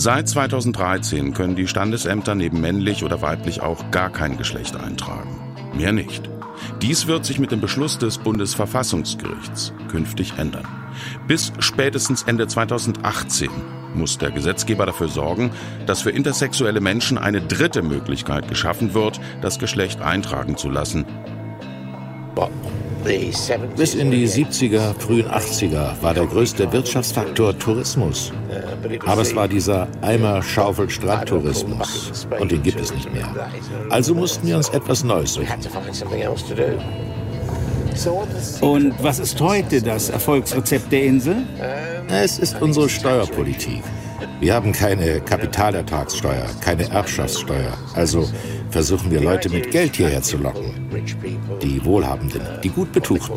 Seit 2013 können die Standesämter neben männlich oder weiblich auch gar kein Geschlecht eintragen. Mehr nicht. Dies wird sich mit dem Beschluss des Bundesverfassungsgerichts künftig ändern. Bis spätestens Ende 2018 muss der Gesetzgeber dafür sorgen, dass für intersexuelle Menschen eine dritte Möglichkeit geschaffen wird, das Geschlecht eintragen zu lassen. Bis in die 70er, frühen 80er war der größte Wirtschaftsfaktor Tourismus. Aber es war dieser Eimer-Schaufel-Strandtourismus. Und den gibt es nicht mehr. Also mussten wir uns etwas Neues suchen. Und was ist heute das Erfolgsrezept der Insel? Es ist unsere Steuerpolitik. Wir haben keine Kapitalertragssteuer, keine Erbschaftssteuer. Also versuchen wir Leute mit Geld hierher zu locken. Die Wohlhabenden, die gut Betuchten.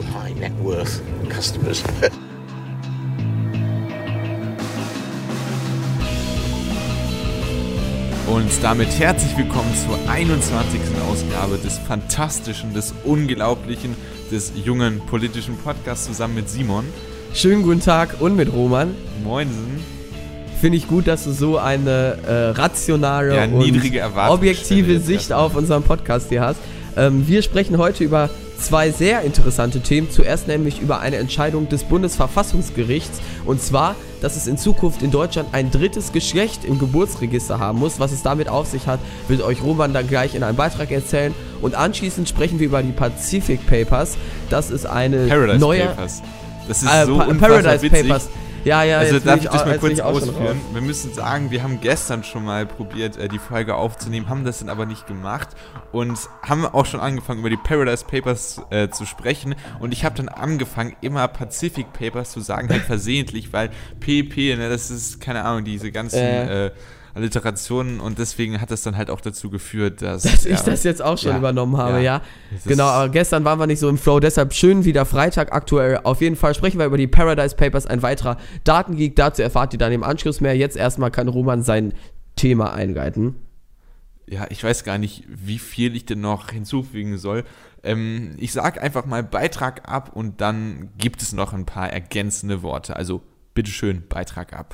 Und damit herzlich willkommen zur 21. Ausgabe des fantastischen, des unglaublichen, des jungen politischen Podcasts zusammen mit Simon. Schönen guten Tag und mit Roman. Moinsen. Finde ich gut, dass du so eine rationale und objektive Sicht auf unseren Podcast hier hast. Wir sprechen heute über zwei sehr interessante Themen. Zuerst nämlich über eine Entscheidung des Bundesverfassungsgerichts. Und zwar, dass es in Zukunft in Deutschland ein drittes Geschlecht im Geburtsregister haben muss. Was es damit auf sich hat, wird euch Roman dann gleich in einem Beitrag erzählen. Und anschließend sprechen wir über die Pacific Papers. Das ist eine neue... Papers. Das ist so Paradise witzig. Papers. Ja, also darf ich das mal kurz ausführen? Wir müssen sagen, wir haben gestern schon mal probiert, die Folge aufzunehmen, haben das dann aber nicht gemacht und haben auch schon angefangen, über die Paradise Papers zu sprechen, und ich habe dann angefangen, immer Pacific Papers zu sagen, halt versehentlich, weil PP, ne, das ist, keine Ahnung, diese ganzen Alliterationen, und deswegen hat das dann halt auch dazu geführt, dass ich das jetzt auch schon übernommen habe, ja. Genau, aber gestern waren wir nicht so im Flow, deshalb schön wieder Freitag aktuell. Auf jeden Fall sprechen wir über die Paradise Papers, ein weiterer Datengeek. Dazu erfahrt ihr dann im Anschluss mehr. Jetzt erstmal kann Roman sein Thema einleiten. Ja, ich weiß gar nicht, wie viel ich denn noch hinzufügen soll. Ich sag einfach mal Beitrag ab und dann gibt es noch ein paar ergänzende Worte. Also bitteschön, Beitrag ab.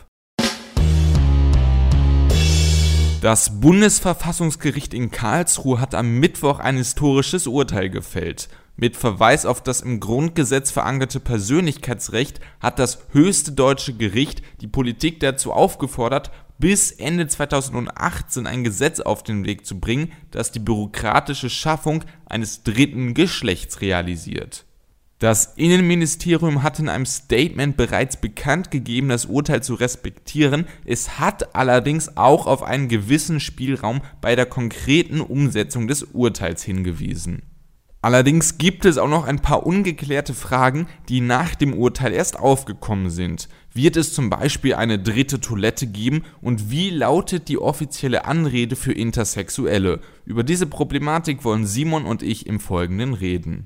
Das Bundesverfassungsgericht in Karlsruhe hat am Mittwoch ein historisches Urteil gefällt. Mit Verweis auf das im Grundgesetz verankerte Persönlichkeitsrecht hat das höchste deutsche Gericht die Politik dazu aufgefordert, bis Ende 2018 ein Gesetz auf den Weg zu bringen, das die bürokratische Schaffung eines dritten Geschlechts realisiert. Das Innenministerium hat in einem Statement bereits bekannt gegeben, das Urteil zu respektieren. Es hat allerdings auch auf einen gewissen Spielraum bei der konkreten Umsetzung des Urteils hingewiesen. Allerdings gibt es auch noch ein paar ungeklärte Fragen, die nach dem Urteil erst aufgekommen sind. Wird es zum Beispiel eine dritte Toilette geben und wie lautet die offizielle Anrede für Intersexuelle? Über diese Problematik wollen Simon und ich im Folgenden reden.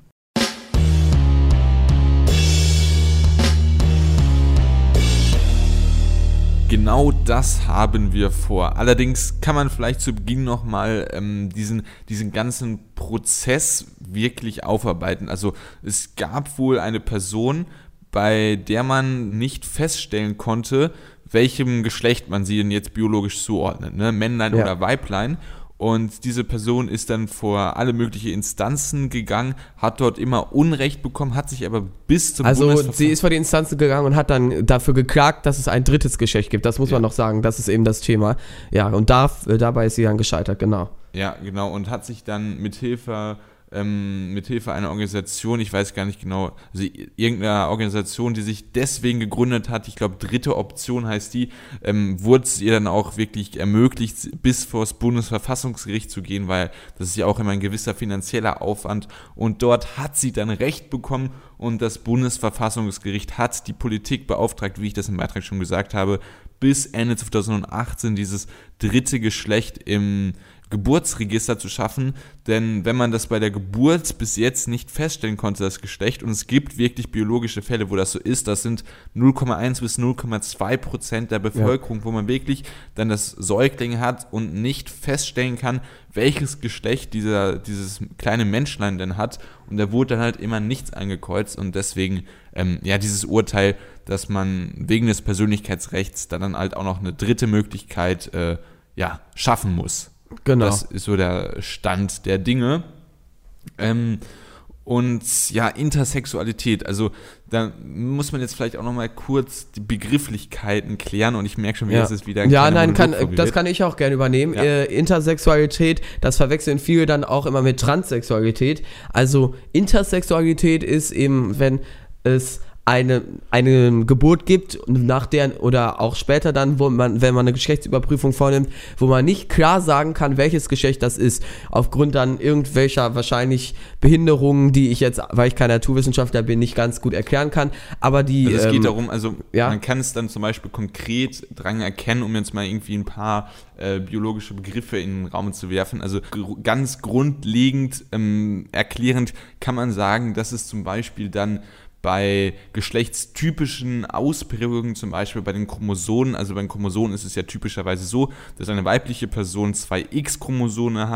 Genau das haben wir vor. Allerdings kann man vielleicht zu Beginn nochmal diesen ganzen Prozess wirklich aufarbeiten. Also es gab wohl eine Person, bei der man nicht feststellen konnte, welchem Geschlecht man sie denn jetzt biologisch zuordnet, ne? Männlein oder Weiblein. Und diese Person ist dann vor alle möglichen Instanzen gegangen, hat dort immer Unrecht bekommen, hat sich aber bis zum Also sie ist vor die Instanzen gegangen und hat dann dafür geklagt, dass es ein drittes Geschlecht gibt. Das muss man noch sagen, das ist eben das Thema. Ja, und dabei ist sie dann gescheitert, genau. Ja, genau, und hat sich dann mithilfe einer Organisation, ich weiß gar nicht genau, also irgendeiner Organisation, die sich deswegen gegründet hat, ich glaube dritte Option heißt die, wurde es ihr dann auch wirklich ermöglicht, bis vor das Bundesverfassungsgericht zu gehen, weil das ist ja auch immer ein gewisser finanzieller Aufwand, und dort hat sie dann Recht bekommen und das Bundesverfassungsgericht hat die Politik beauftragt, wie ich das im Beitrag schon gesagt habe, bis Ende 2018 dieses dritte Geschlecht im Geburtsregister zu schaffen, denn wenn man das bei der Geburt bis jetzt nicht feststellen konnte, das Geschlecht, und es gibt wirklich biologische Fälle, wo das so ist, das sind 0,1 bis 0,2% der Bevölkerung, wo man wirklich dann das Säugling hat und nicht feststellen kann, welches Geschlecht dieses kleine Menschlein denn hat, und da wurde dann halt immer nichts angekreuzt, und deswegen dieses Urteil, dass man wegen des Persönlichkeitsrechts dann halt auch noch eine dritte Möglichkeit schaffen muss. Genau. Das ist so der Stand der Dinge. Und ja, Intersexualität, also da muss man jetzt vielleicht auch nochmal kurz die Begrifflichkeiten klären, und ich merke schon, wie das ist wieder ein das kann ich auch gerne übernehmen. Ja. Intersexualität, das verwechseln viele dann auch immer mit Transsexualität. Also Intersexualität ist eben, wenn es eine Geburt gibt, nach der oder auch später dann, wenn man eine Geschlechtsüberprüfung vornimmt, wo man nicht klar sagen kann, welches Geschlecht das ist, aufgrund dann irgendwelcher wahrscheinlich Behinderungen, die ich jetzt, weil ich kein Naturwissenschaftler bin, nicht ganz gut erklären kann, aber die... es geht darum, man kann es dann zum Beispiel konkret dran erkennen, um jetzt mal irgendwie ein paar biologische Begriffe in den Raum zu werfen. Also ganz grundlegend erklärend kann man sagen, dass es zum Beispiel dann bei geschlechtstypischen Ausprägungen, zum Beispiel bei den Chromosomen, also bei den Chromosomen ist es ja typischerweise so, dass eine weibliche Person 2 X-Chromosome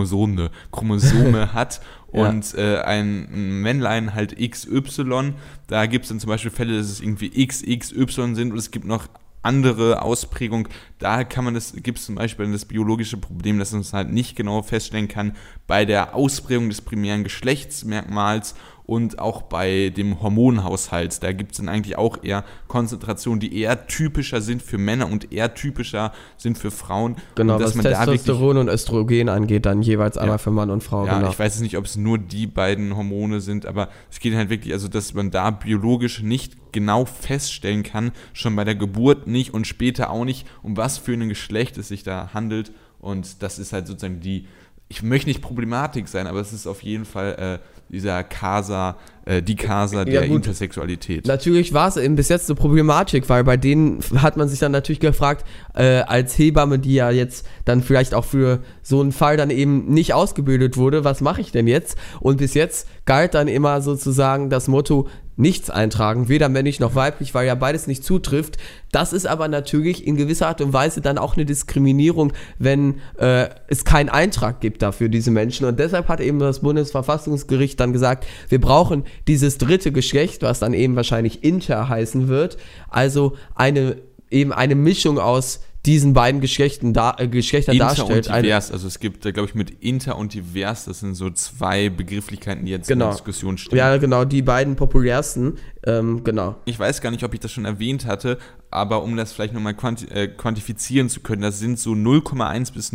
hat und ein Männlein halt XY. Da gibt es dann zum Beispiel Fälle, dass es irgendwie XXY sind, und es gibt noch andere Ausprägung. Da gibt es zum Beispiel das biologische Problem, dass man es halt nicht genau feststellen kann bei der Ausprägung des primären Geschlechtsmerkmals und auch bei dem Hormonhaushalt. Da gibt es dann eigentlich auch eher Konzentrationen, die eher typischer sind für Männer und eher typischer sind für Frauen. Genau, was Testosteron und Östrogen angeht, dann jeweils einmal für Mann und Frau. Ja, genau. Ich weiß jetzt nicht, ob es nur die beiden Hormone sind, aber es geht halt wirklich, also dass man da biologisch nicht genau feststellen kann, schon bei der Geburt nicht und später auch nicht, um was für ein Geschlecht es sich da handelt. Und das ist halt sozusagen ich möchte nicht Problematik sein, aber es ist auf jeden Fall dieser Casa der Intersexualität. Natürlich war es eben bis jetzt eine Problematik, weil bei denen hat man sich dann natürlich gefragt, als Hebamme, die ja jetzt dann vielleicht auch für so einen Fall dann eben nicht ausgebildet wurde, was mache ich denn jetzt? Und bis jetzt galt dann immer sozusagen das Motto, nichts eintragen, weder männlich noch weiblich, weil ja beides nicht zutrifft. Das ist aber natürlich in gewisser Art und Weise dann auch eine Diskriminierung, wenn es keinen Eintrag gibt dafür diese Menschen. Und deshalb hat eben das Bundesverfassungsgericht dann gesagt, wir brauchen dieses dritte Geschlecht, was dann eben wahrscheinlich Inter heißen wird, also eine Mischung aus diesen beiden Geschlechtern darstellt. Inter und divers, also es gibt, glaube ich, mit Inter und divers, das sind so zwei Begrifflichkeiten, die jetzt in der Diskussion stehen. Ja, genau, die beiden populärsten, genau. Ich weiß gar nicht, ob ich das schon erwähnt hatte, aber um das vielleicht nochmal quantifizieren zu können, das sind so 0,1 bis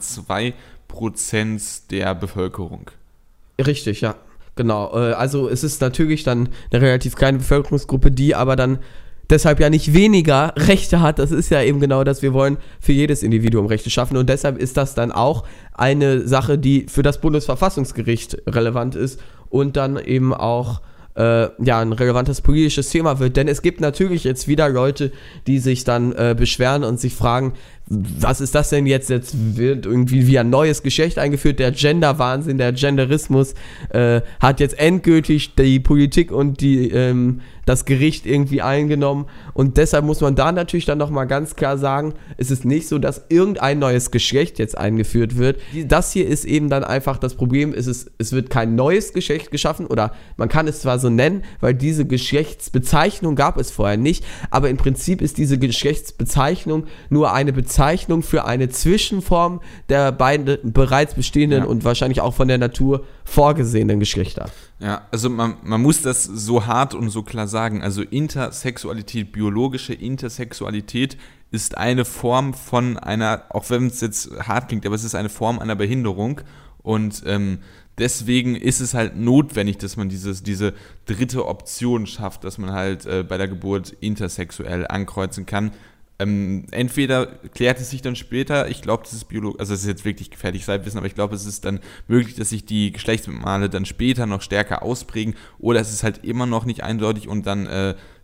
0,2% der Bevölkerung. Richtig, ja, genau. Also es ist natürlich dann eine relativ kleine Bevölkerungsgruppe, die aber dann deshalb ja nicht weniger Rechte hat. Das ist ja eben genau das, wir wollen für jedes Individuum Rechte schaffen, und deshalb ist das dann auch eine Sache, die für das Bundesverfassungsgericht relevant ist und dann eben auch ein relevantes politisches Thema wird, denn es gibt natürlich jetzt wieder Leute, die sich dann beschweren und sich fragen, was ist das denn jetzt? Jetzt wird irgendwie wie ein neues Geschlecht eingeführt, der Gender-Wahnsinn, der Genderismus hat jetzt endgültig die Politik und das Gericht irgendwie eingenommen, und deshalb muss man da natürlich dann nochmal ganz klar sagen, es ist nicht so, dass irgendein neues Geschlecht jetzt eingeführt wird. Das hier ist eben dann einfach das Problem, es wird kein neues Geschlecht geschaffen, oder man kann es zwar so nennen, weil diese Geschlechtsbezeichnung gab es vorher nicht, aber im Prinzip ist diese Geschlechtsbezeichnung nur eine Bezeichnung für eine Zwischenform der beiden bereits bestehenden und wahrscheinlich auch von der Natur vorgesehenen Geschlechter. Ja, also man muss das so hart und so klar sagen. Also Intersexualität, biologische Intersexualität ist eine Form von einer, auch wenn es jetzt hart klingt, aber es ist eine Form einer Behinderung, und deswegen ist es halt notwendig, dass man diese dritte Option schafft, dass man halt bei der Geburt intersexuell ankreuzen kann. Entweder klärt es sich dann später, ich glaube, das ist also es ist jetzt wirklich gefährliches Halbwissen, aber ich glaube, es ist dann möglich, dass sich die Geschlechtsmerkmale dann später noch stärker ausprägen, oder es ist halt immer noch nicht eindeutig, und dann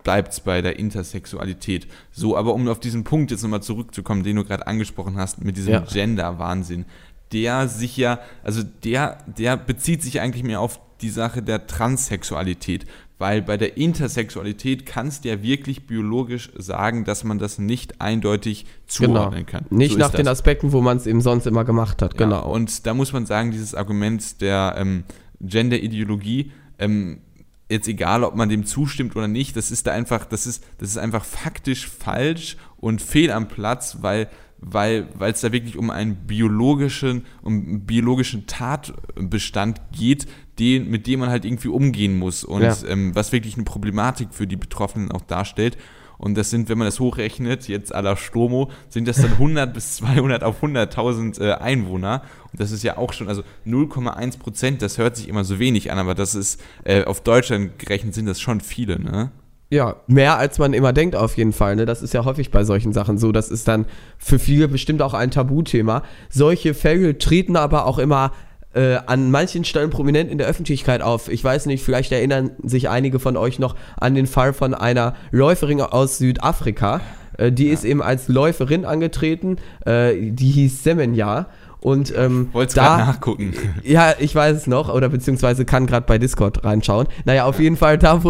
bleibt es bei der Intersexualität. So, aber um auf diesen Punkt jetzt nochmal zurückzukommen, den du gerade angesprochen hast, mit diesem Gender-Wahnsinn, der bezieht sich eigentlich mehr auf die Sache der Transsexualität, weil bei der Intersexualität kannst du ja wirklich biologisch sagen, dass man das nicht eindeutig zuordnen kann. Nicht so nach den Aspekten, wo man es eben sonst immer gemacht hat, genau. Und da muss man sagen, dieses Argument der Gender-Ideologie, jetzt egal, ob man dem zustimmt oder nicht, das ist einfach faktisch falsch und fehl am Platz, weil es da wirklich um einen biologischen Tatbestand geht, mit dem man halt irgendwie umgehen muss und was wirklich eine Problematik für die Betroffenen auch darstellt. Und das sind, wenn man das hochrechnet, jetzt à la Stomo, sind das dann 100 bis 200 auf 100.000 Einwohner. Und das ist ja auch schon, also 0,1%, das hört sich immer so wenig an, aber das ist, auf Deutschland gerechnet sind das schon viele, ne? Ja, mehr als man immer denkt auf jeden Fall, ne? Das ist ja häufig bei solchen Sachen so, das ist dann für viele bestimmt auch ein Tabuthema. Solche Fälle treten aber auch immer an manchen Stellen prominent in der Öffentlichkeit auf. Ich weiß nicht, vielleicht erinnern sich einige von euch noch an den Fall von einer Läuferin aus Südafrika. Die ist eben als Läuferin angetreten, die hieß Semenya. Und wollt's gerade nachgucken. Ja, ich weiß es noch, oder beziehungsweise kann gerade bei Discord reinschauen. Naja, auf jeden Fall, da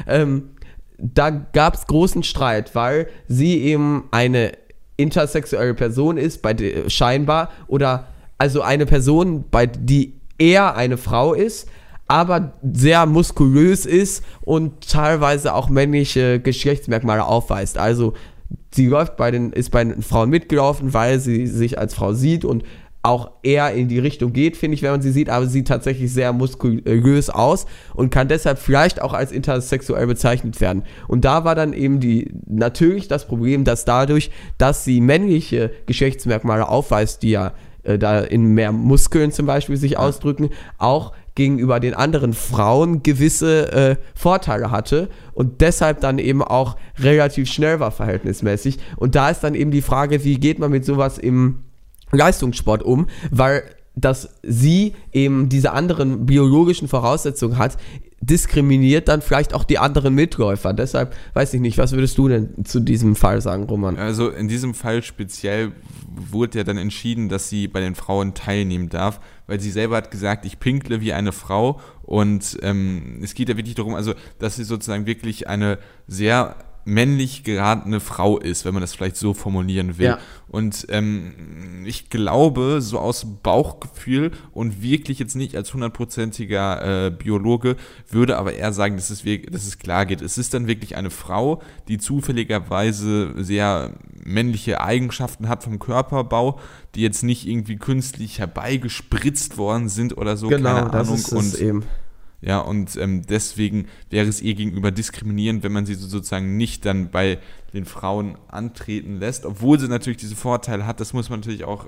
gab es großen Streit, weil sie eben eine intersexuelle Person ist, scheinbar, oder also eine Person, die eher eine Frau ist, aber sehr muskulös ist und teilweise auch männliche Geschlechtsmerkmale aufweist. Also sie ist bei den Frauen mitgelaufen, weil sie sich als Frau sieht und auch eher in die Richtung geht, finde ich, wenn man sie sieht, aber sie sieht tatsächlich sehr muskulös aus und kann deshalb vielleicht auch als intersexuell bezeichnet werden. Und da war dann eben natürlich das Problem, dass dadurch, dass sie männliche Geschlechtsmerkmale aufweist, die ja da in mehr Muskeln zum Beispiel sich ausdrücken, auch gegenüber den anderen Frauen gewisse Vorteile hatte und deshalb dann eben auch relativ schnell war verhältnismäßig. Und da ist dann eben die Frage, wie geht man mit sowas im Leistungssport um, weil dass sie eben diese anderen biologischen Voraussetzungen hat, diskriminiert dann vielleicht auch die anderen Mitläufer. Deshalb weiß ich nicht, was würdest du denn zu diesem Fall sagen, Roman? Also in diesem Fall speziell wurde ja dann entschieden, dass sie bei den Frauen teilnehmen darf, weil sie selber hat gesagt, ich pinkle wie eine Frau und es geht ja wirklich darum, also dass sie sozusagen wirklich eine sehr männlich geratene Frau ist, wenn man das vielleicht so formulieren will. Ja. Und ich glaube, so aus Bauchgefühl und wirklich jetzt nicht als 100%iger Biologe, würde aber eher sagen, dass es klar geht. Es ist dann wirklich eine Frau, die zufälligerweise sehr männliche Eigenschaften hat vom Körperbau, die jetzt nicht irgendwie künstlich herbeigespritzt worden sind oder so, genau, keine das Ahnung. Ist es eben. Ja, und deswegen wäre es ihr gegenüber diskriminierend, wenn man sie sozusagen nicht dann bei den Frauen antreten lässt, obwohl sie natürlich diese Vorteile hat. Das muss man natürlich auch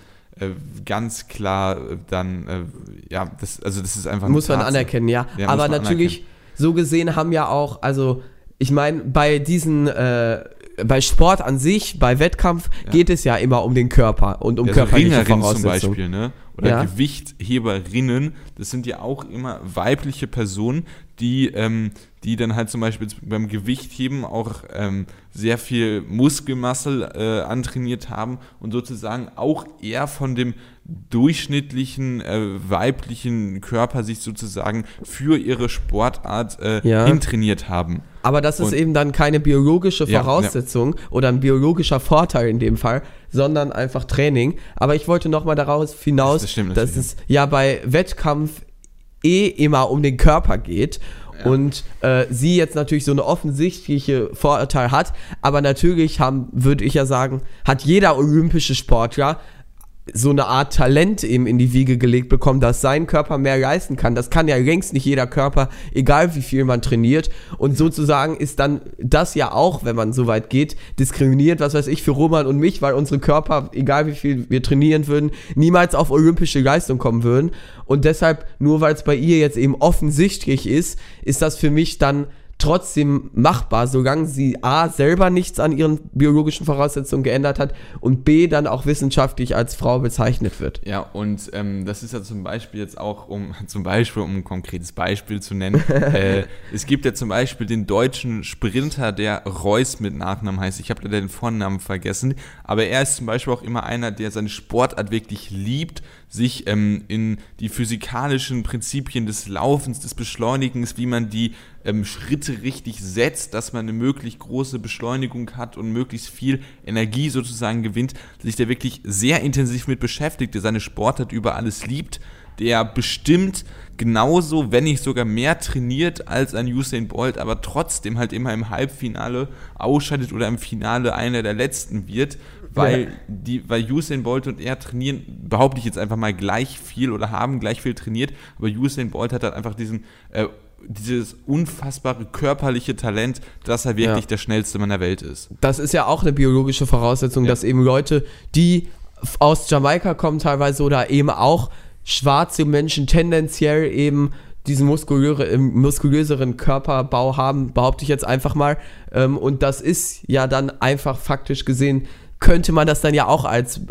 ganz klar dann, das ist einfach muss man anerkennen, ja aber natürlich, so gesehen haben ja auch, also ich meine, bei Sport an sich, bei Wettkampf geht es ja immer um den Körper und um körperliche Voraussetzungen. Zum Beispiel, ne? Oder Gewichtheberinnen, das sind ja auch immer weibliche Personen, die dann halt zum Beispiel beim Gewichtheben auch sehr viel Muskelmasse antrainiert haben und sozusagen auch eher von dem durchschnittlichen weiblichen Körper sich sozusagen für ihre Sportart hintrainiert haben. Aber das ist eben dann keine biologische Voraussetzung oder ein biologischer Vorteil in dem Fall, sondern einfach Training. Aber ich wollte nochmal daraus hinaus, dass es ja bei Wettkampf immer um den Körper geht. Ja. Und sie jetzt natürlich so eine offensichtliche Vorteil hat, aber natürlich würde ich ja sagen, hat jeder olympische Sportler so eine Art Talent eben in die Wiege gelegt bekommen, dass sein Körper mehr leisten kann. Das kann ja längst nicht jeder Körper, egal wie viel man trainiert. Und sozusagen ist dann das ja auch, wenn man so weit geht, diskriminiert, was weiß ich, für Roman und mich, weil unsere Körper, egal wie viel wir trainieren würden, niemals auf olympische Leistung kommen würden. Und deshalb, nur weil es bei ihr jetzt eben offensichtlich ist das für mich dann trotzdem machbar, solange sie A, selber nichts an ihren biologischen Voraussetzungen geändert hat und B, dann auch wissenschaftlich als Frau bezeichnet wird. Ja, und das ist ja zum Beispiel jetzt auch, um ein konkretes Beispiel zu nennen, es gibt ja zum Beispiel den deutschen Sprinter, der Reus mit Nachnamen heißt, ich habe den Vornamen vergessen, aber er ist zum Beispiel auch immer einer, der seine Sportart wirklich liebt, sich in die physikalischen Prinzipien des Laufens, des Beschleunigens, wie man die Schritte richtig setzt, dass man eine möglichst große Beschleunigung hat und möglichst viel Energie sozusagen gewinnt, sich der wirklich sehr intensiv mit beschäftigt, der seine Sportart über alles liebt, der bestimmt genauso, wenn nicht sogar mehr trainiert als ein Usain Bolt, aber trotzdem halt immer im Halbfinale ausscheidet oder im Finale einer der Letzten wird, weil Usain Bolt und er trainieren, behaupte ich jetzt einfach mal, gleich viel oder haben gleich viel trainiert, aber Usain Bolt hat halt einfach dieses unfassbare körperliche Talent, dass er wirklich der schnellste Mann der Welt ist. Das ist ja auch eine biologische Voraussetzung, dass eben Leute, die aus Jamaika kommen teilweise oder eben auch schwarze Menschen tendenziell eben diesen muskulöseren Körperbau haben, behaupte ich jetzt einfach mal. Und das ist ja dann einfach faktisch gesehen, könnte man das dann ja auch als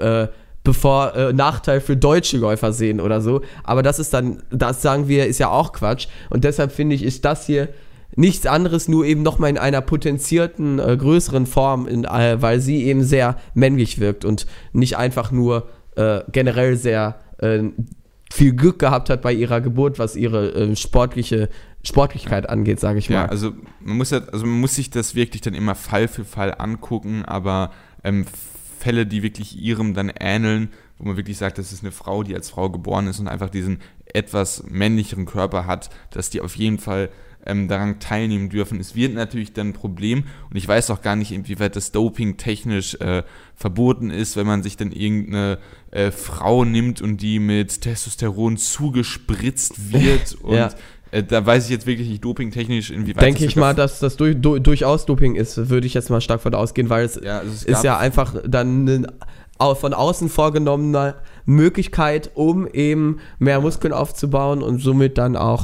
Nachteil für deutsche Läufer sehen oder so. Aber das sagen wir, ist ja auch Quatsch. Und deshalb finde ich, ist das hier nichts anderes, nur eben nochmal in einer potenzierten, größeren Form, weil sie eben sehr männlich wirkt und nicht einfach nur generell sehr viel Glück gehabt hat bei ihrer Geburt, was ihre Sportlichkeit angeht, sage ich mal. Ja, also man muss sich das wirklich dann immer Fall für Fall angucken, aber Fälle, die wirklich ihrem dann ähneln, wo man wirklich sagt, das ist eine Frau, die als Frau geboren ist und einfach diesen etwas männlicheren Körper hat, dass die auf jeden Fall daran teilnehmen dürfen. Es wird natürlich dann ein Problem und ich weiß auch gar nicht, inwieweit das Doping technisch verboten ist, wenn man sich dann irgendeine Frau nimmt und die mit Testosteron zugespritzt wird und da weiß ich jetzt wirklich nicht dopingtechnisch, inwieweit. Denke ich mal, dass das durchaus Doping ist, würde ich jetzt mal stark von ausgehen, weil es ist ja einfach dann eine von außen vorgenommene Möglichkeit, um eben mehr Muskeln aufzubauen und somit dann auch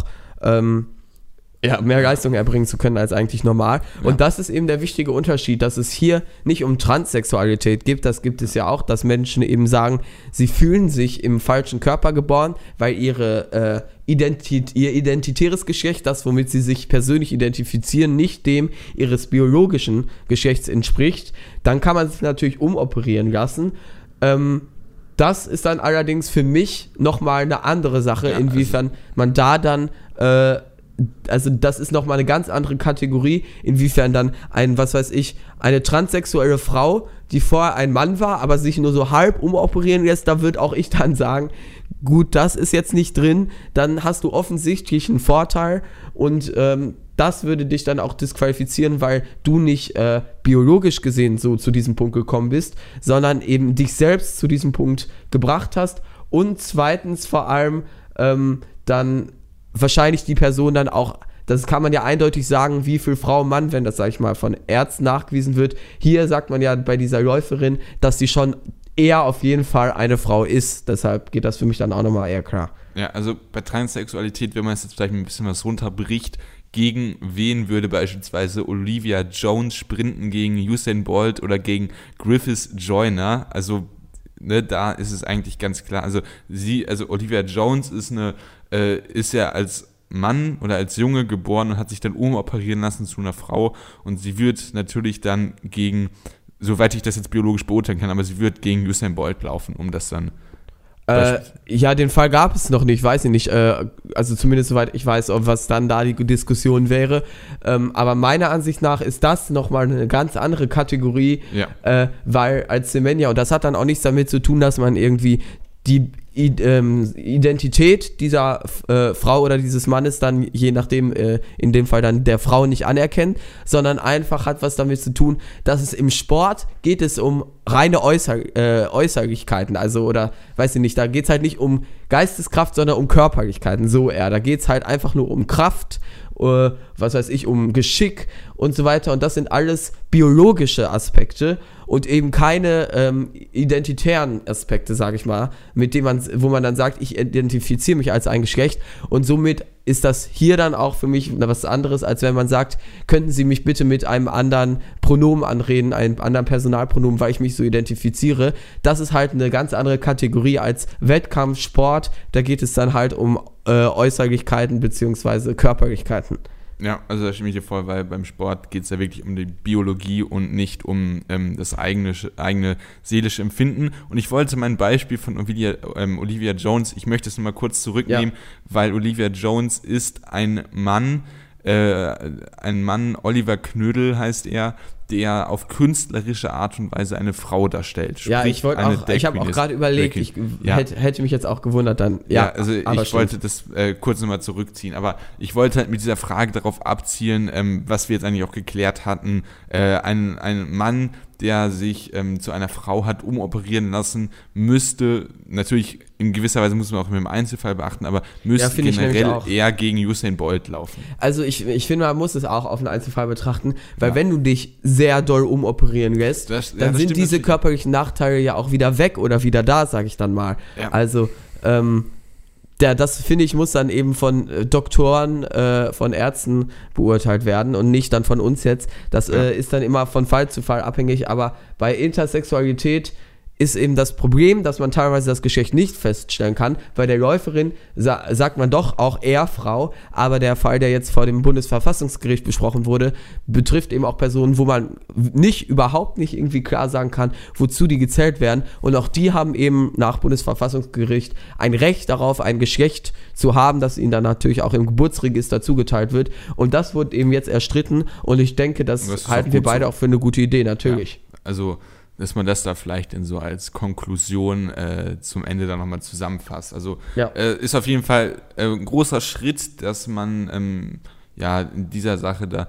mehr Leistung erbringen zu können als eigentlich normal. Ja. Und das ist eben der wichtige Unterschied, dass es hier nicht um Transsexualität geht, das gibt es ja auch, dass Menschen eben sagen, sie fühlen sich im falschen Körper geboren, weil ihr identitäres Geschlecht, das womit sie sich persönlich identifizieren, nicht dem ihres biologischen Geschlechts entspricht. Dann kann man sich natürlich umoperieren lassen. Das ist dann allerdings für mich nochmal eine andere Sache, inwiefern man da dann also das ist nochmal eine ganz andere Kategorie, inwiefern dann eine transsexuelle Frau, die vorher ein Mann war, aber sich nur so halb umoperieren lässt, da würde auch ich dann sagen, gut, das ist jetzt nicht drin, dann hast du offensichtlich einen Vorteil und das würde dich dann auch disqualifizieren, weil du nicht biologisch gesehen so zu diesem Punkt gekommen bist, sondern eben dich selbst zu diesem Punkt gebracht hast und zweitens vor allem dann wahrscheinlich die Person dann auch, das kann man ja eindeutig sagen, wie viel Frau und Mann, wenn das, sag ich mal, von Ärzten nachgewiesen wird. Hier sagt man ja bei dieser Läuferin, dass sie schon eher auf jeden Fall eine Frau ist. Deshalb geht das für mich dann auch nochmal eher klar. Ja, also bei Transsexualität, wenn man es jetzt vielleicht ein bisschen was runterbricht, gegen wen würde beispielsweise Olivia Jones sprinten, gegen Usain Bolt oder gegen Griffith Joyner? Also da ist es eigentlich ganz klar. Also Olivia Jones ist ja als Mann oder als Junge geboren und hat sich dann umoperieren lassen zu einer Frau und sie wird natürlich dann soweit ich das jetzt biologisch beurteilen kann, aber sie wird gegen Usain Bolt laufen, um das dann den Fall gab es noch nicht, weiß ich nicht, also zumindest soweit ich weiß, was dann da die Diskussion wäre, aber meiner Ansicht nach ist das nochmal eine ganz andere Kategorie, weil als Semenya, und das hat dann auch nichts damit zu tun, dass man irgendwie die Identität dieser Frau oder dieses Mannes dann, je nachdem, in dem Fall dann der Frau nicht anerkennt, sondern einfach hat was damit zu tun, dass es im Sport geht es um reine Äußerlichkeiten, also oder weiß ich nicht, da geht es halt nicht um Geisteskraft, sondern um Körperlichkeiten, so eher. Da geht es halt einfach nur um Kraft was weiß ich, um Geschick und so weiter. Und das sind alles biologische Aspekte und eben keine identitären Aspekte, sage ich mal, mit denen wo man dann sagt, ich identifiziere mich als ein Geschlecht. Und somit ist das hier dann auch für mich was anderes, als wenn man sagt, könnten Sie mich bitte mit einem anderen Pronomen anreden, einem anderen Personalpronomen, weil ich mich so identifiziere. Das ist halt eine ganz andere Kategorie als Wettkampfsport. Da geht es dann halt um Äußerlichkeiten bzw. Körperlichkeiten. Ja, also da stimme ich dir voll, weil beim Sport geht es ja wirklich um die Biologie und nicht um das eigene seelische Empfinden. Und ich wollte mein Beispiel von Olivia Jones, ich möchte es nochmal kurz zurücknehmen, weil Olivia Jones ist ein Mann, Oliver Knödel heißt er, der auf künstlerische Art und Weise eine Frau darstellt. Sprich, ich habe auch gerade überlegt, hätte mich jetzt auch gewundert dann. Ja, also ich wollte das kurz nochmal zurückziehen, aber ich wollte halt mit dieser Frage darauf abzielen, was wir jetzt eigentlich auch geklärt hatten. Ein Mann, der sich zu einer Frau hat umoperieren lassen, müsste, natürlich in gewisser Weise muss man auch mit dem Einzelfall beachten, aber müsste generell eher gegen Usain Bolt laufen. Also ich finde, man muss es auch auf einen Einzelfall betrachten, weil wenn du dich sehr doll umoperieren lässt, dann sind diese körperlichen Nachteile ja auch wieder weg oder wieder da, sage ich dann mal. Ja. Also das, finde ich, muss dann eben von Doktoren, von Ärzten beurteilt werden und nicht dann von uns jetzt. Das ist dann immer von Fall zu Fall abhängig, aber bei Intersexualität ist eben das Problem, dass man teilweise das Geschlecht nicht feststellen kann. Bei der Läuferin sagt man doch auch eher Frau, aber der Fall, der jetzt vor dem Bundesverfassungsgericht besprochen wurde, betrifft eben auch Personen, wo man überhaupt nicht irgendwie klar sagen kann, wozu die gezählt werden. Und auch die haben eben nach Bundesverfassungsgericht ein Recht darauf, ein Geschlecht zu haben, das ihnen dann natürlich auch im Geburtsregister zugeteilt wird. Und das wurde eben jetzt erstritten und ich denke, das halten wir beide auch für eine gute Idee, natürlich. Ja, also dass man das da vielleicht so als Konklusion zum Ende dann nochmal zusammenfasst. Also ist auf jeden Fall ein großer Schritt, dass man in dieser Sache da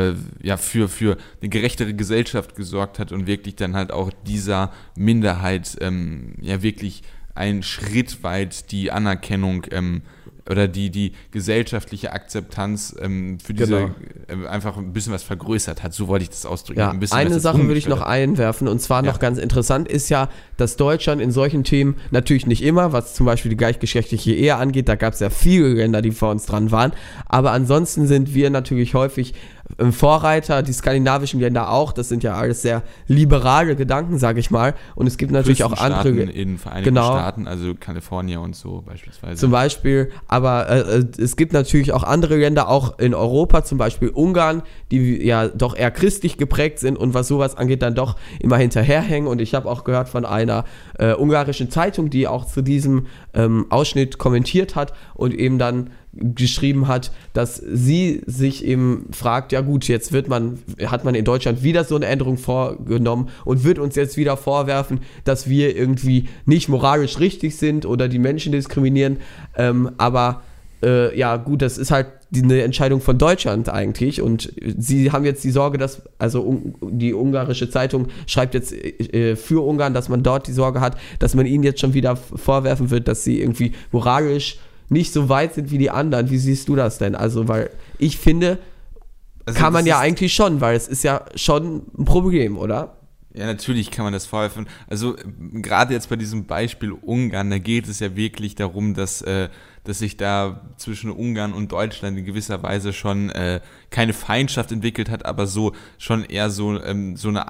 für eine gerechtere Gesellschaft gesorgt hat und wirklich dann halt auch dieser Minderheit wirklich einen Schritt weit die Anerkennung oder die gesellschaftliche Akzeptanz für diese einfach ein bisschen was vergrößert hat, so wollte ich das ausdrücken. Ja, eine Sache würde ich noch einwerfen und zwar noch ganz interessant ist ja, dass Deutschland in solchen Themen, natürlich nicht immer, was zum Beispiel die gleichgeschlechtliche Ehe angeht, da gab es ja viele Länder, die vor uns dran waren, aber ansonsten sind wir natürlich häufig Vorreiter, die skandinavischen Länder auch, das sind ja alles sehr liberale Gedanken, sage ich mal, und es gibt natürlich auch andere in Vereinigten Staaten, also Kalifornien und so beispielsweise. Zum Beispiel, aber es gibt natürlich auch andere Länder, auch in Europa, zum Beispiel Ungarn, die ja doch eher christlich geprägt sind und was sowas angeht, dann doch immer hinterherhängen und ich habe auch gehört von einer ungarischen Zeitung, die auch zu diesem Ausschnitt kommentiert hat und eben dann geschrieben hat, dass sie sich eben fragt, ja gut, jetzt hat man in Deutschland wieder so eine Änderung vorgenommen und wird uns jetzt wieder vorwerfen, dass wir irgendwie nicht moralisch richtig sind oder die Menschen diskriminieren, aber gut, das ist halt eine Entscheidung von Deutschland eigentlich und sie haben jetzt die Sorge, dass, die ungarische Zeitung schreibt jetzt für Ungarn, dass man dort die Sorge hat, dass man ihnen jetzt schon wieder vorwerfen wird, dass sie irgendwie moralisch nicht so weit sind wie die anderen. Wie siehst du das denn? Also, weil ich finde, kann man ja eigentlich schon, weil es ist ja schon ein Problem, oder? Ja, natürlich kann man das vorwerfen. Also, gerade jetzt bei diesem Beispiel Ungarn, da geht es ja wirklich darum, dass sich da zwischen Ungarn und Deutschland in gewisser Weise schon keine Feindschaft entwickelt hat, aber schon eher so eine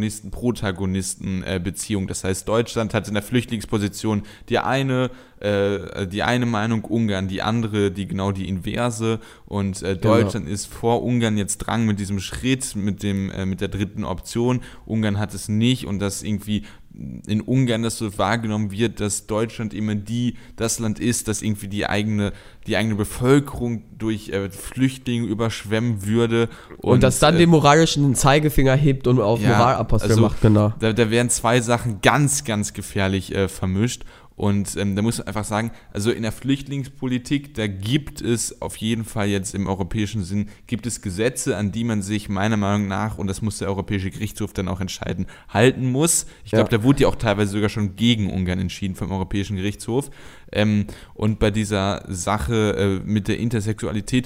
Antagonisten-Protagonisten-Beziehung. Das heißt, Deutschland hat in der Flüchtlingsposition die eine Meinung, Ungarn die andere, die inverse und Deutschland ist vor Ungarn jetzt dran mit diesem Schritt, mit der dritten Option. Ungarn hat es nicht und das irgendwie in Ungarn das so wahrgenommen wird, dass Deutschland immer das Land ist, das irgendwie die eigene Bevölkerung durch Flüchtlinge überschwemmen würde. Und das dann den moralischen Zeigefinger hebt und auf Moralapostel macht, genau. Da werden zwei Sachen ganz, ganz gefährlich vermischt. Und da muss man einfach sagen, also in der Flüchtlingspolitik, da gibt es auf jeden Fall jetzt im europäischen Sinn, gibt es Gesetze, an die man sich meiner Meinung nach, und das muss der Europäische Gerichtshof dann auch entscheiden, halten muss. Ich glaube, da wurde ja auch teilweise sogar schon gegen Ungarn entschieden vom Europäischen Gerichtshof. Und bei dieser Sache mit der Intersexualität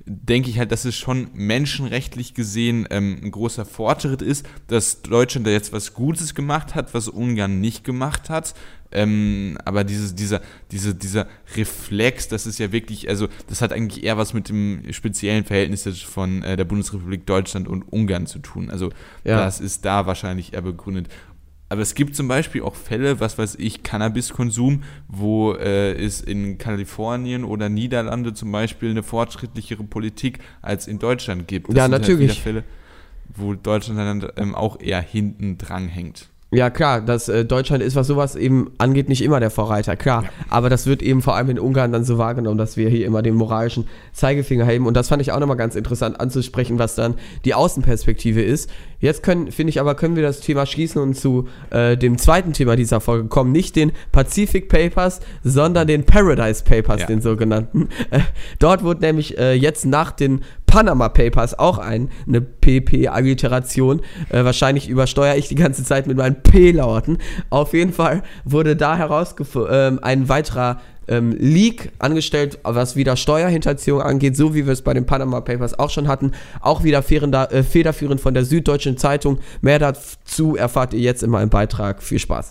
denke ich halt, dass es schon menschenrechtlich gesehen ein großer Fortschritt ist, dass Deutschland da jetzt was Gutes gemacht hat, was Ungarn nicht gemacht hat. Aber dieser Reflex, das ist ja wirklich, also das hat eigentlich eher was mit dem speziellen Verhältnis von der Bundesrepublik Deutschland und Ungarn zu tun. Also das ist da wahrscheinlich eher begründet. Aber es gibt zum Beispiel auch Fälle, was weiß ich, Cannabiskonsum, wo es in Kalifornien oder Niederlande zum Beispiel eine fortschrittlichere Politik als in Deutschland gibt. Das sind natürlich. Halt Fälle, wo Deutschland dann auch eher hinten dran hängt. Ja klar, Deutschland ist, was sowas eben angeht, nicht immer der Vorreiter, klar. Ja. Aber das wird eben vor allem in Ungarn dann so wahrgenommen, dass wir hier immer den moralischen Zeigefinger heben. Und das fand ich auch nochmal ganz interessant anzusprechen, was dann die Außenperspektive ist. Jetzt können wir das Thema schließen und zu dem zweiten Thema dieser Folge kommen. Nicht den Pacific Papers, sondern den Paradise Papers, den sogenannten. Dort wurde nämlich jetzt nach den Panama Papers auch eine PP-Alliteration. Wahrscheinlich übersteuere ich die ganze Zeit mit meinen P-Lauten. Auf jeden Fall wurde da ein weiterer Leak angestellt, was wieder Steuerhinterziehung angeht, so wie wir es bei den Panama Papers auch schon hatten. Auch wieder federführend von der Süddeutschen Zeitung. Mehr dazu erfahrt ihr jetzt in meinem Beitrag. Viel Spaß.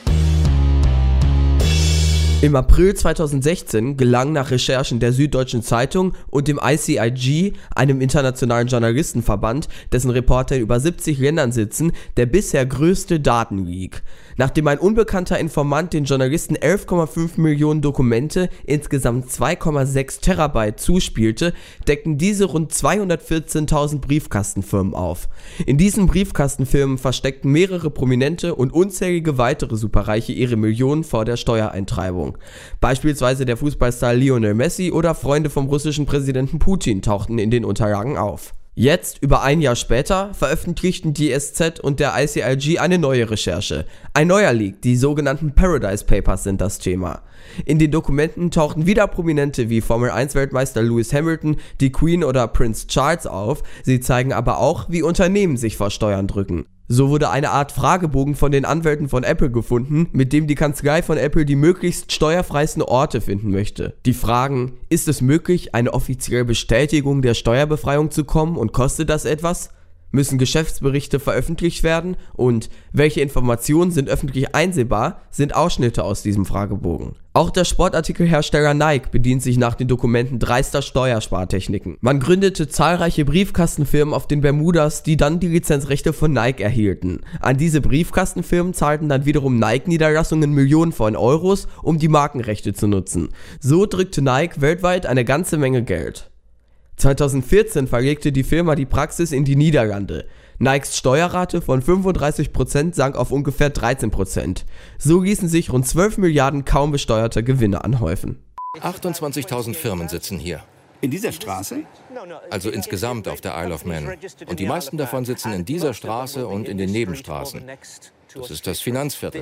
Im April 2016 gelang nach Recherchen der Süddeutschen Zeitung und dem ICIG, einem internationalen Journalistenverband, dessen Reporter in über 70 Ländern sitzen, der bisher größte Datenleak. Nachdem ein unbekannter Informant den Journalisten 11,5 Millionen Dokumente, insgesamt 2,6 Terabyte zuspielte, deckten diese rund 214.000 Briefkastenfirmen auf. In diesen Briefkastenfirmen versteckten mehrere Prominente und unzählige weitere Superreiche ihre Millionen vor der Steuereintreibung. Beispielsweise der Fußballstar Lionel Messi oder Freunde vom russischen Präsidenten Putin tauchten in den Unterlagen auf. Jetzt, über ein Jahr später, veröffentlichten die SZ und der ICIG eine neue Recherche. Ein neuer Leak, die sogenannten Paradise Papers sind das Thema. In den Dokumenten tauchten wieder Prominente wie Formel-1-Weltmeister Lewis Hamilton, die Queen oder Prince Charles auf. Sie zeigen aber auch, wie Unternehmen sich vor Steuern drücken. So wurde eine Art Fragebogen von den Anwälten von Apple gefunden, mit dem die Kanzlei von Apple die möglichst steuerfreisten Orte finden möchte. Die fragen, ist es möglich, eine offizielle Bestätigung der Steuerbefreiung zu bekommen und kostet das etwas? Müssen Geschäftsberichte veröffentlicht werden? Und welche Informationen sind öffentlich einsehbar, sind Ausschnitte aus diesem Fragebogen. Auch der Sportartikelhersteller Nike bedient sich nach den Dokumenten dreister Steuerspartechniken. Man gründete zahlreiche Briefkastenfirmen auf den Bermudas, die dann die Lizenzrechte von Nike erhielten. An diese Briefkastenfirmen zahlten dann wiederum Nike-Niederlassungen Millionen von Euros, um die Markenrechte zu nutzen. So drückte Nike weltweit eine ganze Menge Geld. 2014 verlegte die Firma die Praxis in die Niederlande. Nikes Steuerrate von 35% sank auf ungefähr 13%. So ließen sich rund 12 Milliarden kaum besteuerte Gewinne anhäufen. 28.000 Firmen sitzen hier. In dieser Straße? Also insgesamt auf der Isle of Man. Und die meisten davon sitzen in dieser Straße und in den Nebenstraßen. Das ist das Finanzviertel.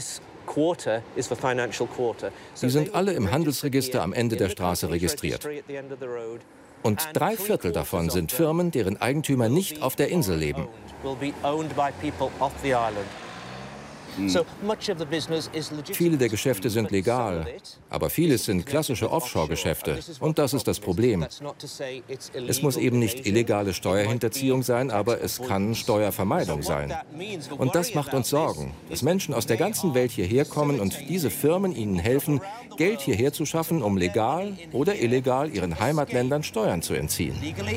Sie sind alle im Handelsregister am Ende der Straße registriert. Und 3/4 davon sind Firmen, deren Eigentümer nicht auf der Insel leben. Viele der Geschäfte sind legal, aber vieles sind klassische Offshore-Geschäfte. Und das ist das Problem. Es muss eben nicht illegale Steuerhinterziehung sein, aber es kann Steuervermeidung sein. Und das macht uns Sorgen, dass Menschen aus der ganzen Welt hierher kommen und diese Firmen ihnen helfen, Geld hierher zu schaffen, um legal oder illegal ihren Heimatländern Steuern zu entziehen.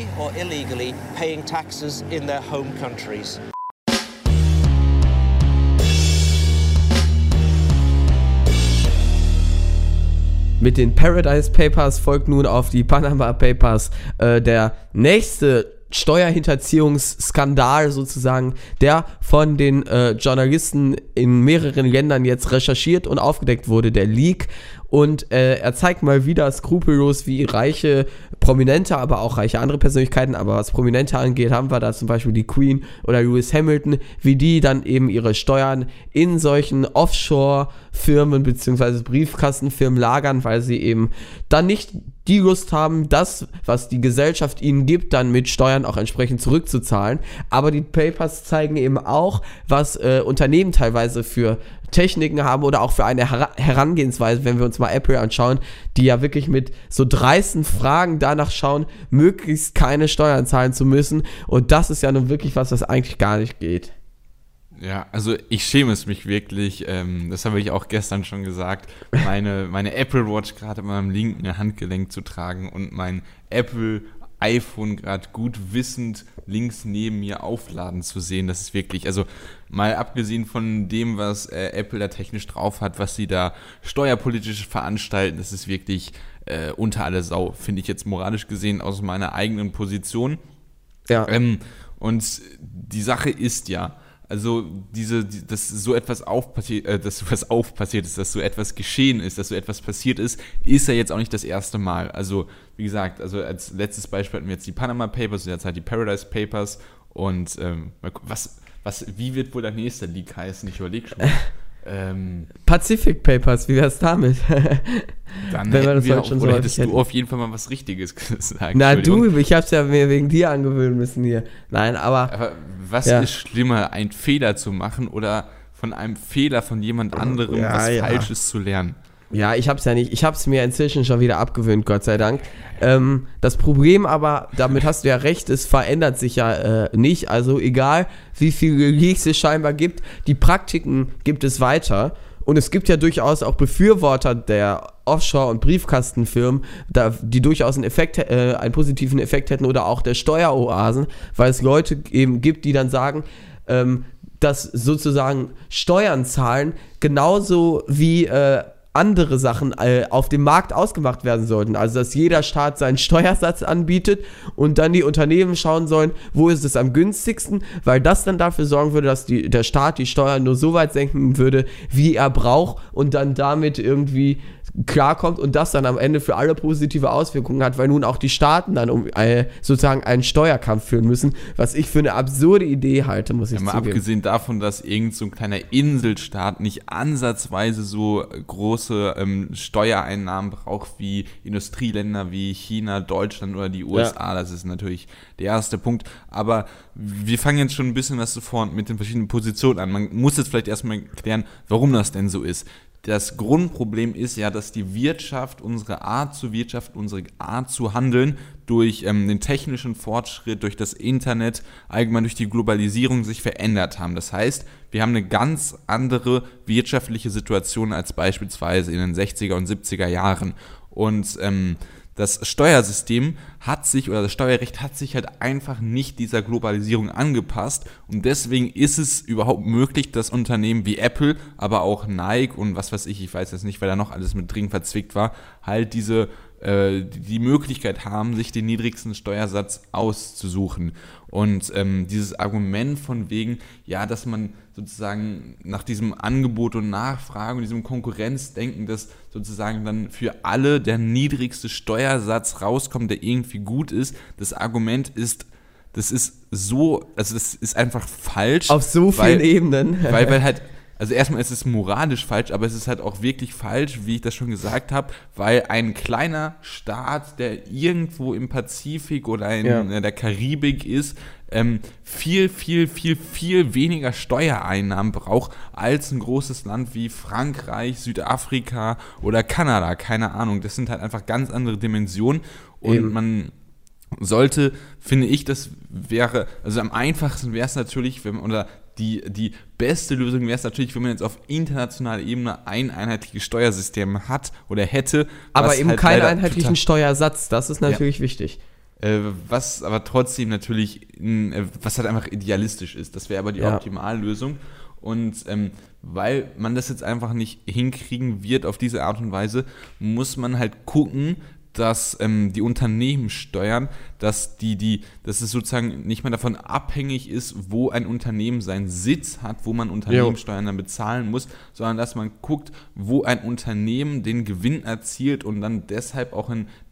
Mit den Paradise Papers folgt nun auf die Panama Papers der nächste Steuerhinterziehungsskandal sozusagen, der von den Journalisten in mehreren Ländern jetzt recherchiert und aufgedeckt wurde, der Leak. Und er zeigt mal wieder skrupellos, wie reiche Prominente, aber auch reiche andere Persönlichkeiten, aber was Prominente angeht, haben wir da zum Beispiel die Queen oder Lewis Hamilton, wie die dann eben ihre Steuern in solchen Offshore-Firmen bzw. Briefkastenfirmen lagern, weil sie eben dann nicht die Lust haben, das, was die Gesellschaft ihnen gibt, dann mit Steuern auch entsprechend zurückzuzahlen. Aber die Papers zeigen eben auch, was Unternehmen teilweise für Techniken haben oder auch für eine Herangehensweise, wenn wir uns mal Apple anschauen, die ja wirklich mit so dreisten Fragen danach schauen, möglichst keine Steuern zahlen zu müssen. Und das ist ja nun wirklich was eigentlich gar nicht geht. Ja, also ich schäme es mich wirklich, das habe ich auch gestern schon gesagt, meine Apple Watch gerade in meinem linken Handgelenk zu tragen und mein Apple iPhone gerade gut wissend links neben mir aufladen zu sehen. Das ist wirklich, also mal abgesehen von dem, was Apple da technisch drauf hat, was sie da steuerpolitisch veranstalten, das ist wirklich unter alle Sau, finde ich jetzt moralisch gesehen aus meiner eigenen Position. Ja. Und die Sache ist ja, also dass so etwas passiert ist, dass so etwas geschehen ist, dass so etwas passiert ist ja jetzt auch nicht das erste Mal. Also wie gesagt, also als letztes Beispiel hatten wir jetzt die Panama Papers, jetzt halt die Paradise Papers und wie wird wohl der nächste Leak heißen? Ich überlege schon. Pacific Papers, wie wär's damit? Dann hättest du auf jeden Fall mal was Richtiges gesagt. Na du, ich hab's ja mir wegen dir angewöhnen müssen hier. Nein, aber was ist schlimmer, einen Fehler zu machen oder von einem Fehler von jemand anderem Falsches zu lernen? Ja, ich hab's mir inzwischen schon wieder abgewöhnt, Gott sei Dank. Das Problem aber, damit hast du ja recht, es verändert sich ja nicht, also egal wie viele Leaks es scheinbar gibt, die Praktiken gibt es weiter und es gibt ja durchaus auch Befürworter der Offshore- und Briefkastenfirmen, die durchaus einen positiven Effekt hätten oder auch der Steueroasen, weil es Leute eben gibt, die dann sagen, dass sozusagen Steuern zahlen genauso wie andere Sachen auf dem Markt ausgemacht werden sollten. Also, dass jeder Staat seinen Steuersatz anbietet und dann die Unternehmen schauen sollen, wo ist es am günstigsten, weil das dann dafür sorgen würde, dass der Staat die Steuern nur so weit senken würde, wie er braucht und dann damit irgendwie klarkommt und das dann am Ende für alle positive Auswirkungen hat, weil nun auch die Staaten dann sozusagen einen Steuerkampf führen müssen, was ich für eine absurde Idee halte, muss ich zugeben. Mal abgesehen davon, dass irgend so ein kleiner Inselstaat nicht ansatzweise so große Steuereinnahmen braucht wie Industrieländer wie China, Deutschland oder die USA, das ist natürlich der erste Punkt, aber wir fangen jetzt schon ein bisschen was zuvor mit den verschiedenen Positionen an. Man muss jetzt vielleicht erstmal klären, warum das denn so ist. Das Grundproblem ist ja, dass die Wirtschaft, unsere Art zu wirtschaften, unsere Art zu handeln, durch den technischen Fortschritt, durch das Internet, allgemein durch die Globalisierung sich verändert haben. Das heißt, wir haben eine ganz andere wirtschaftliche Situation als beispielsweise in den 60er und 70er Jahren. Und das Steuersystem das Steuerrecht hat sich halt einfach nicht dieser Globalisierung angepasst und deswegen ist es überhaupt möglich, dass Unternehmen wie Apple, aber auch Nike und was weiß ich weiß jetzt nicht, weil da noch alles mit drin verzwickt war, halt die Möglichkeit haben, sich den niedrigsten Steuersatz auszusuchen. Und dieses Argument von wegen, ja, dass man sozusagen nach diesem Angebot und Nachfrage und diesem Konkurrenzdenken, dass sozusagen dann für alle der niedrigste Steuersatz rauskommt, der irgendwie gut ist, das Argument ist, das ist einfach falsch. Auf so vielen Ebenen. Weil halt, also erstmal ist es moralisch falsch, aber es ist halt auch wirklich falsch, wie ich das schon gesagt habe, weil ein kleiner Staat, der irgendwo im Pazifik oder in der Karibik ist, viel weniger Steuereinnahmen braucht als ein großes Land wie Frankreich, Südafrika oder Kanada, keine Ahnung. Das sind halt einfach ganz andere Dimensionen und man sollte, finde ich, also am einfachsten wäre es natürlich, die beste Lösung wäre es natürlich, wenn man jetzt auf internationaler Ebene ein einheitliches Steuersystem hat oder hätte. Aber eben halt keinen einheitlichen Steuersatz, das ist natürlich wichtig. Was aber trotzdem natürlich, was halt einfach idealistisch ist. Das wäre aber die Optimallösung. Und weil man das jetzt einfach nicht hinkriegen wird auf diese Art und Weise, muss man halt gucken, dass die Unternehmen steuern, dass es sozusagen nicht mehr davon abhängig ist, wo ein Unternehmen seinen Sitz hat, wo man Unternehmenssteuern dann bezahlen muss, sondern dass man guckt, wo ein Unternehmen den Gewinn erzielt und dann deshalb auch in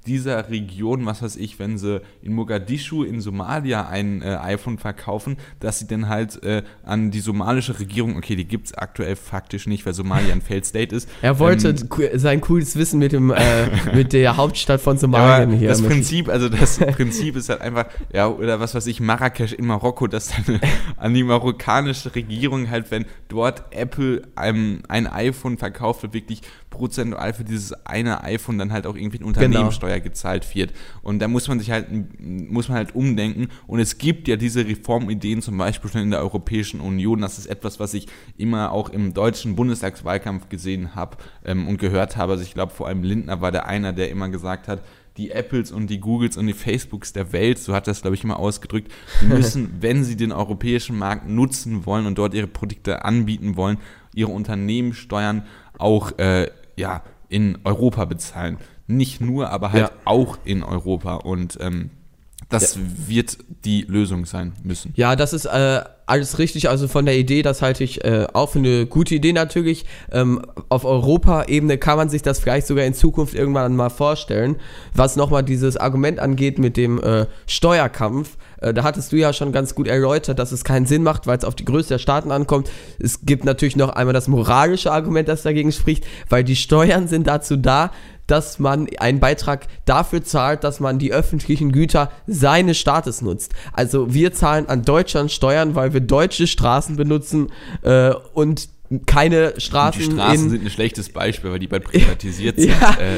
dieser Region, was weiß ich, wenn sie in Mogadischu in Somalia ein iPhone verkaufen, dass sie dann halt an die somalische Regierung, okay, die gibt es aktuell faktisch nicht, weil Somalia ein Failed State ist. Er wollte sein cooles Wissen mit der Hauptstadt von Somalia hier. Das Prinzip ist halt einfach, ja, oder was weiß ich, Marrakesch in Marokko, dass dann an die marokkanische Regierung halt, wenn dort Apple ein iPhone verkauft wird, wirklich prozentual für dieses eine iPhone dann halt auch irgendwie eine Unternehmenssteuer gezahlt wird. Und da muss man halt umdenken. Und es gibt ja diese Reformideen zum Beispiel schon in der Europäischen Union. Das ist etwas, was ich immer auch im deutschen Bundestagswahlkampf gesehen habe und gehört habe. Also ich glaube, vor allem Lindner war der einer, der immer gesagt hat, die Apples und die Googles und die Facebooks der Welt, so hat das, glaube ich, immer ausgedrückt, die müssen, wenn sie den europäischen Markt nutzen wollen und dort ihre Produkte anbieten wollen, ihre Unternehmenssteuern auch in Europa bezahlen. Nicht nur, aber halt auch in Europa. Und das wird die Lösung sein müssen. Ja, das ist alles richtig. Also von der Idee, das halte ich auch für eine gute Idee natürlich. Auf Europa-Ebene kann man sich das vielleicht sogar in Zukunft irgendwann mal vorstellen. Was nochmal dieses Argument angeht mit dem Steuerkampf, da hattest du ja schon ganz gut erläutert, dass es keinen Sinn macht, weil es auf die Größe der Staaten ankommt. Es gibt natürlich noch einmal das moralische Argument, das dagegen spricht, weil die Steuern sind dazu da, dass man einen Beitrag dafür zahlt, dass man die öffentlichen Güter seines Staates nutzt. Also wir zahlen an Deutschland Steuern, weil wir deutsche Straßen benutzen und keine Straßen. Die Straßen sind ein schlechtes Beispiel, weil die bald privatisiert sind.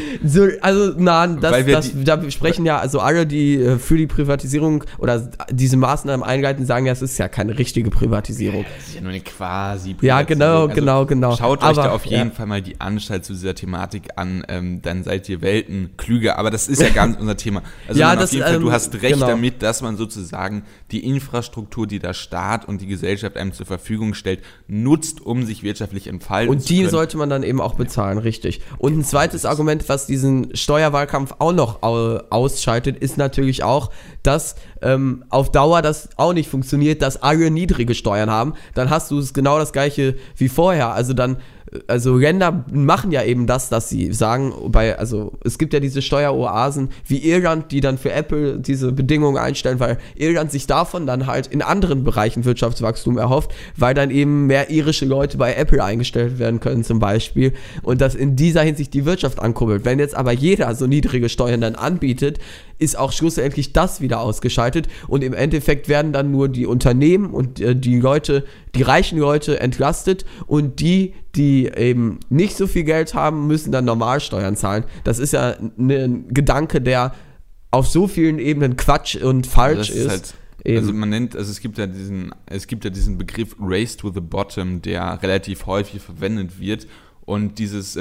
Da sprechen ja also alle, die für die Privatisierung oder diese Maßnahmen einleiten, sagen ja, es ist ja keine richtige Privatisierung. Ja, das ist ja nur eine Quasi-Privatisierung. Ja, genau. Schaut euch da auf jeden Fall mal die Anstalt zu dieser Thematik an, dann seid ihr Welten klüger. Aber das ist ja gar nicht unser Thema. Also auf jeden Fall, du hast recht damit, dass man sozusagen die Infrastruktur, die der Staat und die Gesellschaft einem zur Verfügung stellt, nutzt, um sich wirtschaftlich entfalten und die sollte man dann eben auch bezahlen, richtig. Und ein zweites Argument, was diesen Steuerwahlkampf auch noch ausschaltet, ist natürlich auch, dass auf Dauer das auch nicht funktioniert, dass alle niedrige Steuern haben. Dann hast du es genau das gleiche wie vorher. Also Länder machen ja eben das, dass sie sagen, es gibt ja diese Steueroasen wie Irland, die dann für Apple diese Bedingungen einstellen, weil Irland sich davon dann halt in anderen Bereichen Wirtschaftswachstum erhofft, weil dann eben mehr irische Leute bei Apple eingestellt werden können zum Beispiel und das in dieser Hinsicht die Wirtschaft ankurbelt. Wenn jetzt aber jeder so niedrige Steuern dann anbietet, ist auch schlussendlich das wieder ausgeschaltet und im Endeffekt werden dann nur die Unternehmen und die reichen Leute entlastet und die eben nicht so viel Geld haben, müssen dann Normalsteuern zahlen. Das ist ja ein Gedanke, der auf so vielen Ebenen Quatsch und falsch ist. Halt, es gibt ja diesen Begriff Race to the Bottom, der relativ häufig verwendet wird. Und dieses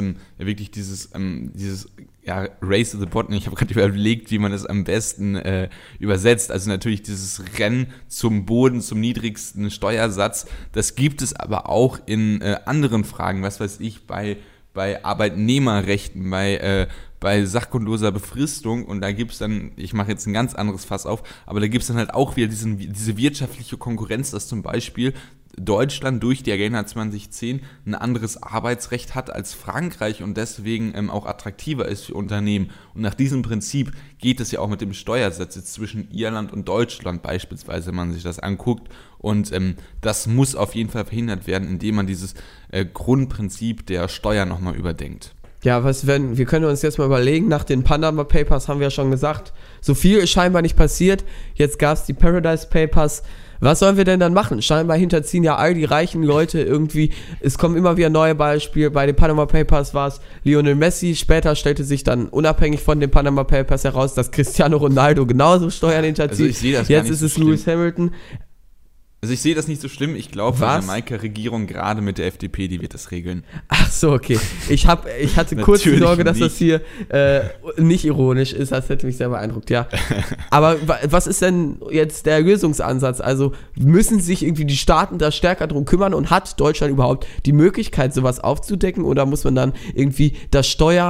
Race to the Bottom, ich habe gerade überlegt, wie man das am besten übersetzt. Also natürlich dieses Rennen zum Boden, zum niedrigsten Steuersatz. Das gibt es aber auch in anderen Fragen, was weiß ich, bei Arbeitnehmerrechten, bei sachgrundloser Befristung. Und da gibt es dann, ich mache jetzt ein ganz anderes Fass auf, aber da gibt es dann halt auch wieder diese wirtschaftliche Konkurrenz, dass zum Beispiel Deutschland durch die Agenda 2010 ein anderes Arbeitsrecht hat als Frankreich und deswegen auch attraktiver ist für Unternehmen. Und nach diesem Prinzip geht es ja auch mit dem Steuersatz jetzt zwischen Irland und Deutschland beispielsweise, wenn man sich das anguckt. Und das muss auf jeden Fall verhindert werden, indem man dieses Grundprinzip der Steuer nochmal überdenkt. Ja, wir können uns jetzt mal überlegen, nach den Panama Papers haben wir ja schon gesagt, so viel ist scheinbar nicht passiert. Jetzt gab es die Paradise Papers. Was sollen wir denn dann machen? Scheinbar hinterziehen ja all die reichen Leute irgendwie. Es kommen immer wieder neue Beispiele. Bei den Panama Papers war es Lionel Messi. Später stellte sich dann unabhängig von den Panama Papers heraus, dass Cristiano Ronaldo genauso Steuern hinterzieht. Also ich sehe das Jetzt ist es Lewis Hamilton. Also ich sehe das nicht so schlimm. Ich glaube, die Jamaika-Regierung gerade mit der FDP, die wird das regeln. Ach so, okay. Ich hatte kurz die Sorge, dass das hier nicht ironisch ist. Das hätte mich sehr beeindruckt, ja. Aber was ist denn jetzt der Lösungsansatz? Also müssen sich irgendwie die Staaten da stärker drum kümmern und hat Deutschland überhaupt die Möglichkeit, sowas aufzudecken? Oder muss man dann irgendwie das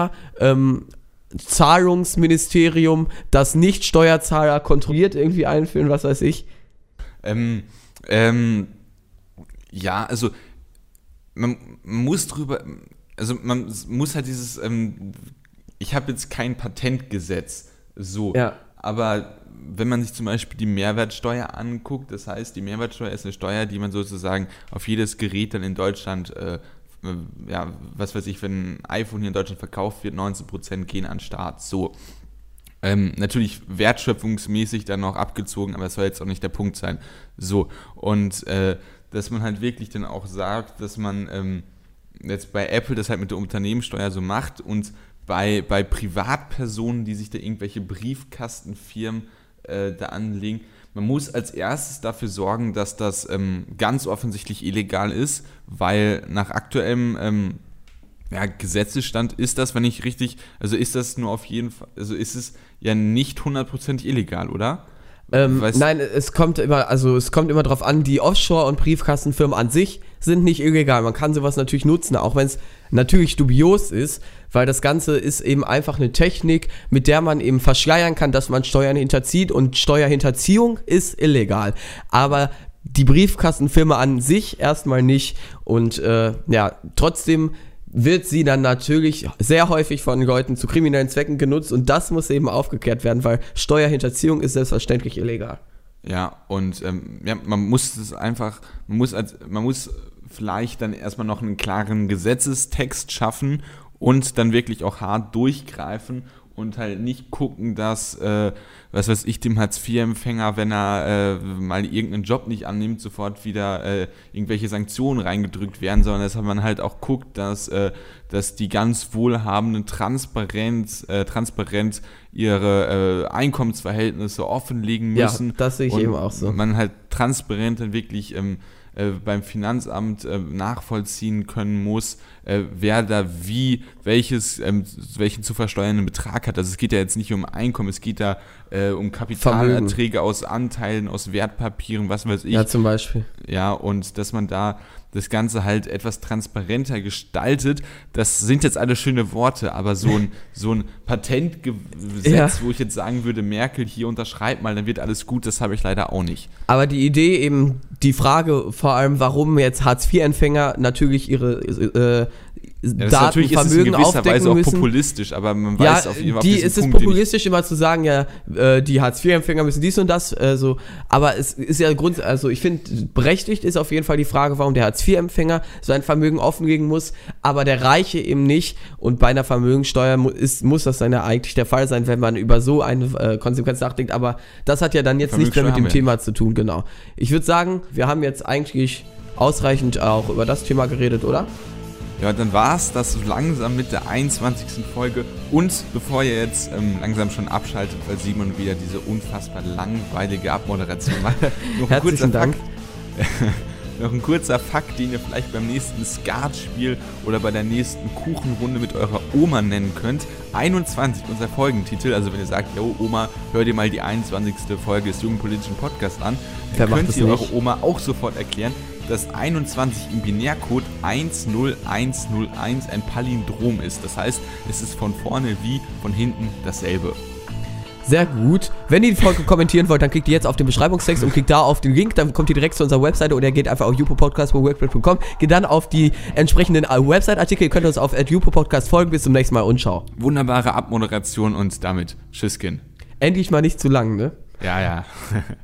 Zahlungsministerium, das Nicht-Steuerzahler kontrolliert, irgendwie einführen, was weiß ich? Ja, also man muss halt dieses ich habe jetzt kein Patentgesetz, aber wenn man sich zum Beispiel die Mehrwertsteuer anguckt, das heißt, die Mehrwertsteuer ist eine Steuer, die man sozusagen auf jedes Gerät dann in Deutschland, was weiß ich, wenn ein iPhone hier in Deutschland verkauft wird, 19% gehen an Staat, so. Natürlich wertschöpfungsmäßig dann noch abgezogen, aber das soll jetzt auch nicht der Punkt sein, so. Und dass man halt wirklich dann auch sagt, dass man jetzt bei Apple das halt mit der Unternehmenssteuer so macht und bei Privatpersonen, die sich da irgendwelche Briefkastenfirmen da anlegen, man muss als erstes dafür sorgen, dass das ganz offensichtlich illegal ist, weil nach aktuellem Gesetzesstand ist das, wenn ich richtig, also ist das nur auf jeden Fall, also ist es ja nicht 100% illegal, oder? Nein, es kommt immer drauf an, die Offshore- und Briefkastenfirmen an sich sind nicht illegal. Man kann sowas natürlich nutzen, auch wenn es natürlich dubios ist, weil das Ganze ist eben einfach eine Technik, mit der man eben verschleiern kann, dass man Steuern hinterzieht, und Steuerhinterziehung ist illegal. Aber die Briefkastenfirma an sich erstmal nicht, und trotzdem wird sie dann natürlich sehr häufig von Leuten zu kriminellen Zwecken genutzt, und das muss eben aufgeklärt werden, weil Steuerhinterziehung ist selbstverständlich illegal. Ja, und man muss vielleicht dann erstmal noch einen klaren Gesetzestext schaffen und dann wirklich auch hart durchgreifen und halt nicht gucken, dass, dem Hartz-IV-Empfänger, wenn er mal irgendeinen Job nicht annimmt, sofort wieder irgendwelche Sanktionen reingedrückt werden, sondern dass man halt auch guckt, dass die ganz Wohlhabenden transparent ihre Einkommensverhältnisse offenlegen müssen. Ja, das sehe ich eben auch so. Man halt transparent dann wirklich beim Finanzamt nachvollziehen können muss, wer da welchen zu versteuernden Betrag hat. Also es geht ja jetzt nicht um Einkommen, es geht da um Kapitalerträge aus Anteilen, aus Wertpapieren, was weiß ich. Ja, zum Beispiel. Ja, und dass man da das Ganze halt etwas transparenter gestaltet, das sind jetzt alle schöne Worte, aber so ein Patentgesetz, wo ich jetzt sagen würde, Merkel, hier unterschreibt mal, dann wird alles gut, das habe ich leider auch nicht. Aber die Idee eben, die Frage vor allem, warum jetzt Hartz-IV-Empfänger natürlich ihre Datenvermögen aufdecken Weise auch müssen. Populistisch, aber man weiß auf jeden Fall, es ist populistisch immer zu sagen, die Hartz-IV-Empfänger müssen dies und das, aber es ist ja ich finde, berechtigt ist auf jeden Fall die Frage, warum der Hartz-IV-Empfänger sein Vermögen offenlegen muss, aber der Reiche eben nicht, und bei einer Vermögensteuer muss das dann ja eigentlich der Fall sein, wenn man über so eine Konsequenz nachdenkt, aber das hat ja dann jetzt nichts mehr mit dem Thema zu tun, genau. Ich würde sagen, wir haben jetzt eigentlich ausreichend auch über das Thema geredet, oder? Ja, dann war es das so langsam mit der 21. Folge. Und bevor ihr jetzt langsam schon abschaltet, weil Simon wieder diese unfassbar langweilige Abmoderation macht, herzlichen Dank. Noch ein kurzer Fakt, den ihr vielleicht beim nächsten Skatspiel oder bei der nächsten Kuchenrunde mit eurer Oma nennen könnt. 21, unser Folgentitel. Also wenn ihr sagt, yo Oma, hör dir mal die 21. Folge des Jugendpolitischen Podcasts an, dann könnt ihr eure Oma auch sofort erklären, dass 21 im Binärcode 10101 ein Palindrom ist. Das heißt, es ist von vorne wie von hinten dasselbe. Sehr gut. Wenn ihr die Folge kommentieren wollt, dann klickt ihr jetzt auf den Beschreibungstext und klickt da auf den Link, dann kommt ihr direkt zu unserer Webseite, oder ihr geht einfach auf jupopodcast.wordpress.com, geht dann auf die entsprechenden Website-Artikel, ihr könnt uns auf @jupopodcast folgen. Bis zum nächsten Mal und ciao. Wunderbare Abmoderation und damit Tschüsschen. Endlich mal nicht zu lang, ne? Ja.